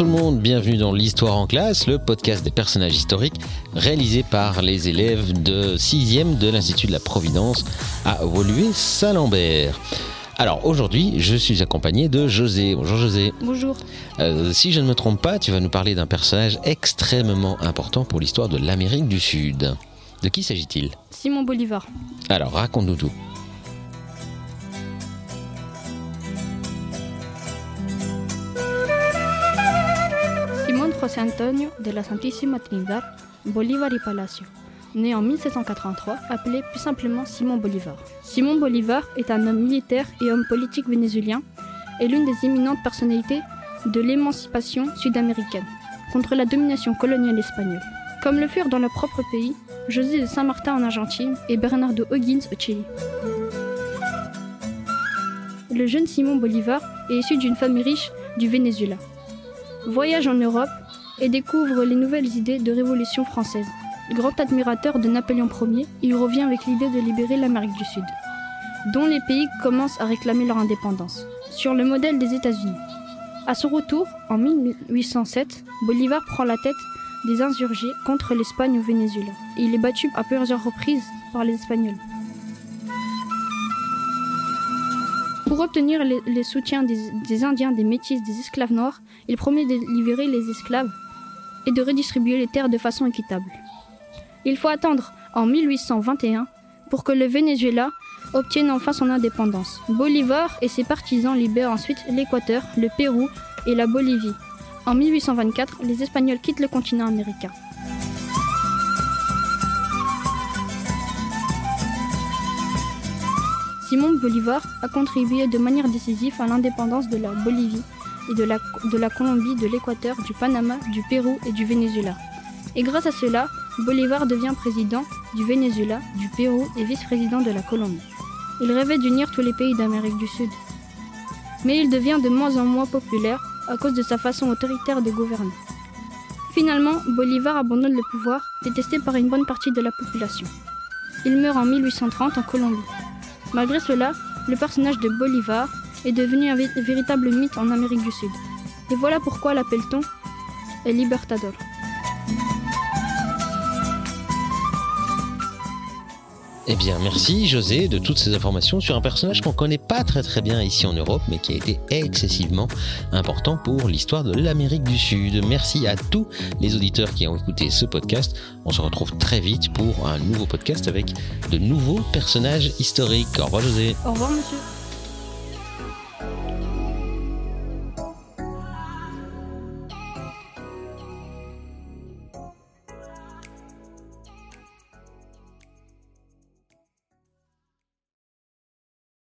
tout le monde, bienvenue dans l'Histoire en classe, le podcast des personnages historiques réalisé par les élèves de 6e de l'Institut de la Providence à Woluwe-Saint-Lambert. Alors aujourd'hui, je suis accompagné de José. Bonjour José. Bonjour. Si je ne me trompe pas, tu vas nous parler d'un personnage extrêmement important pour l'histoire de l'Amérique du Sud. De qui s'agit-il ? Simon Bolivar. Alors raconte-nous tout. Simón José Antonio de la Santísima Trinidad Bolívar y Palacio, né en 1783, appelé plus simplement Simon Bolivar. Simon Bolivar est un homme militaire et homme politique vénézuélien et l'une des éminentes personnalités de l'émancipation sud-américaine contre la domination coloniale espagnole, comme le furent dans leur propre pays José de Saint-Martin en Argentine et Bernardo O'Higgins au Chili. Le jeune Simon Bolivar est issu d'une famille riche du Venezuela. Voyage en Europe et découvre les nouvelles idées de révolution française. Grand admirateur de Napoléon Ier, il revient avec l'idée de libérer l'Amérique du Sud, dont les pays commencent à réclamer leur indépendance, sur le modèle des États-Unis. À son retour, en 1807, Bolivar prend la tête des insurgés contre l'Espagne au Venezuela. Il est battu à plusieurs reprises par les Espagnols. Pour obtenir les soutiens des Indiens, des Métis, des esclaves noirs, il promet de libérer les esclaves et de redistribuer les terres de façon équitable. Il faut attendre en 1821 pour que le Venezuela obtienne enfin son indépendance. Bolivar et ses partisans libèrent ensuite l'Équateur, le Pérou et la Bolivie. En 1824, les Espagnols quittent le continent américain. Simon Bolivar a contribué de manière décisive à l'indépendance de la Bolivie et de la Colombie, de l'Équateur, du Panama, du Pérou et du Venezuela. Et grâce à cela, Bolivar devient président du Venezuela, du Pérou et vice-président de la Colombie. Il rêvait d'unir tous les pays d'Amérique du Sud. Mais il devient de moins en moins populaire à cause de sa façon autoritaire de gouverner. Finalement, Bolivar abandonne le pouvoir, détesté par une bonne partie de la population. Il meurt en 1830 en Colombie. Malgré cela, le personnage de Bolivar est devenu un véritable mythe en Amérique du Sud. Et voilà pourquoi l'appelle-t-on El Libertador. Eh bien, merci José de toutes ces informations sur un personnage qu'on ne connaît pas très bien ici en Europe, mais qui a été excessivement important pour l'histoire de l'Amérique du Sud. Merci à tous les auditeurs qui ont écouté ce podcast. On se retrouve très vite pour un nouveau podcast avec de nouveaux personnages historiques. Au revoir José. Au revoir monsieur.